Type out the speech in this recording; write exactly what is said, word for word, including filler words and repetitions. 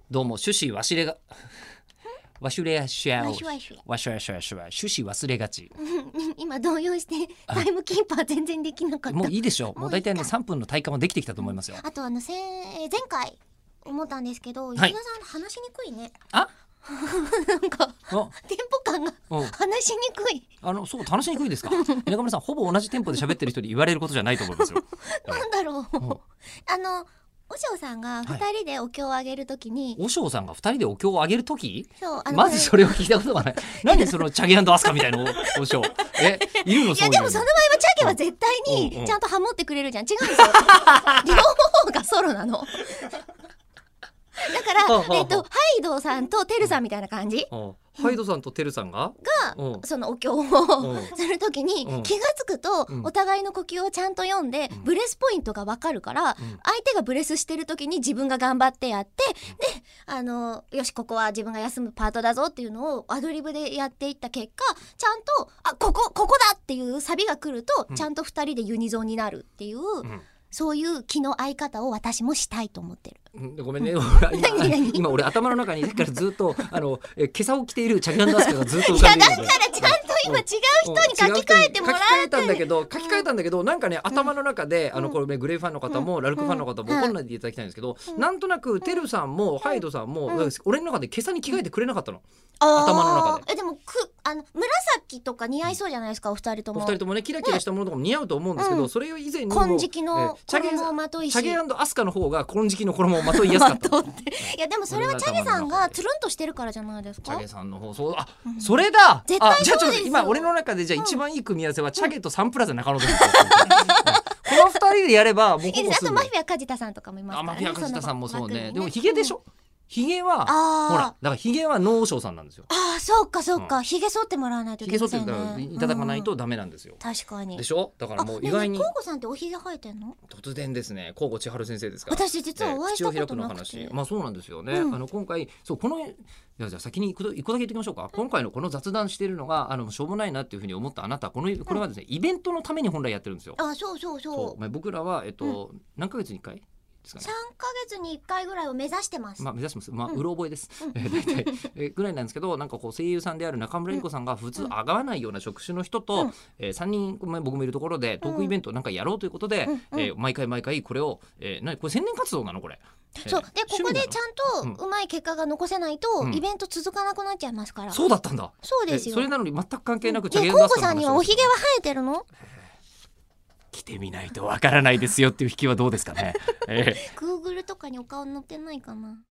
どうも趣旨忘れが忘れやしゃうわしわしわしわしわしわ趣旨忘れがち。 今動揺してタイムキーパー全然できなかった。 もういいでしょう。ももういいかう大体ねさんぷんの体感はできてきたと思いますよ。 あとあのせ前回思ったんですけど、 い石田さん話しにくいね。 あなんかあテンポ感がうん話しにくい。 あのそう話しにくいですか。中村さんほぼ同じテンポで喋ってる人に言われることじゃないと思いますよ。 なんだろう。 うんあのおしょうさんが二人でお経をあげるときに、 おしょうさんがふたりでお経をあげるとき、 そうあのまずそれを聞いたことがない。なんでそのチャゲアスカみたいなおおしょうえいるの。 いそういうのやでもその場合はチャゲは絶対うんうんにちゃんとハモってくれるじゃん。違うんですよ。両方がソロなの。だから、 はあはあえっと、ハイドさんとテルさんみたいな感じあハイドさんとテルさんがが、 うんそのお経をんするときにうん気がつくと、 うんお互いの呼吸をちゃんと読んで、 うんブレスポイントがわかるから、 うん相手がブレスしてるときに自分が頑張ってやって、であのよしここは自分が休むパートだぞっていうのをアドリブでやっていった結果、ちゃんとあここここだっていうサビが来ると、 うんちゃんとふたりでユニゾンになるっていう、 うんそういう気の合い方を私もしたいと思ってる。 うんごめんね、俺何今何今俺頭の中にさっきからずっとあのえ今朝起きているチャゲアスカがずっと浮いやだかかんでいるので。 らちゃんと今違う人に書き換えてもら書き換えってたんだけど書き換えたんだけどなんかね頭の中であのこれねグレーファンの方もラルクファンの方も怒らないでいただきたいんですけど、なんとなくテルさんもハイドさんも俺の中で今朝に着替えてくれなかったの。頭の中でえでもくあの紫とか似合いそうじゃないですか、お二人とも。 お二人ともねキラキラしたものとかも似合うと思うんですけど、 うんそれを以前にも金色のえチャゲ衣をまといし。 チャゲアスカの方が金色の衣をまといやすかった。 まとっていやでもそれはチャゲさんがつるんとしてるからじゃないですか。 チャゲさんの方そうあ、 うんそれだ。 絶対あじゃあちょっそうですよと今俺の中でじゃあ一番いい組み合わせはチャゲとサンプラザ中野です。この二人でやればもうほいいです。あとぼすぐ。 マフィア梶田さんとかもいますあからね。 マフィア梶田さんもそうそのね。でもヒゲでしょ。ヒゲはあーほらだからヒゲはノーショーさんなんですよ。 あーそうかそうか、 うひげ剃ってもらわないといヒけゲ剃ってませんね。 いただかないとうんダメなんですよ。 確かに。 でしょ。だからもう意あ外にねえねえ、コウコさんっておひげ生えてんの？ 突然ですね甲子千春先生ですから。 私実はお会いしたことなくて。 口を開くの話まあそうなんですよね、 うんあの今回そうこのいやじゃあ先に一個一個だけ言っておきましょうか。今回のこの雑談しているのがあのしょうもないなっていうふうに思ったあなたこのこれはですね、イベントのために本来やってるんですよ。 あそうそうそう。 そうまあ僕らはえっと、何ヶ月にいっかいですかね三ヶ月に一回ぐらいを目指してます。 まあ、目指してます、まあ、 うんうろ覚えです、 うんえー大体、えーぐらいなんですけどなんかこう声優さんである中村理子さんが普通上がらないような職種の人と、 うんえー、さんにん、まあ、僕もいるところでトークイベントなんかやろうということで、 うんうんえー毎回毎回これを、えー、何これ宣伝活動なのこれ。 そうでここでちゃんんとうまい結果が残せないと、 うんイベント続かなくなっちゃいますから。 そうだったんだ。 そうですよ。 えそれなのに全く関係なくチャでゲコウコさんにはおひげは生えてるの？ 来てみないとわからないですよっていう引きはどうですかね。えー Google とかにお顔載ってないかな。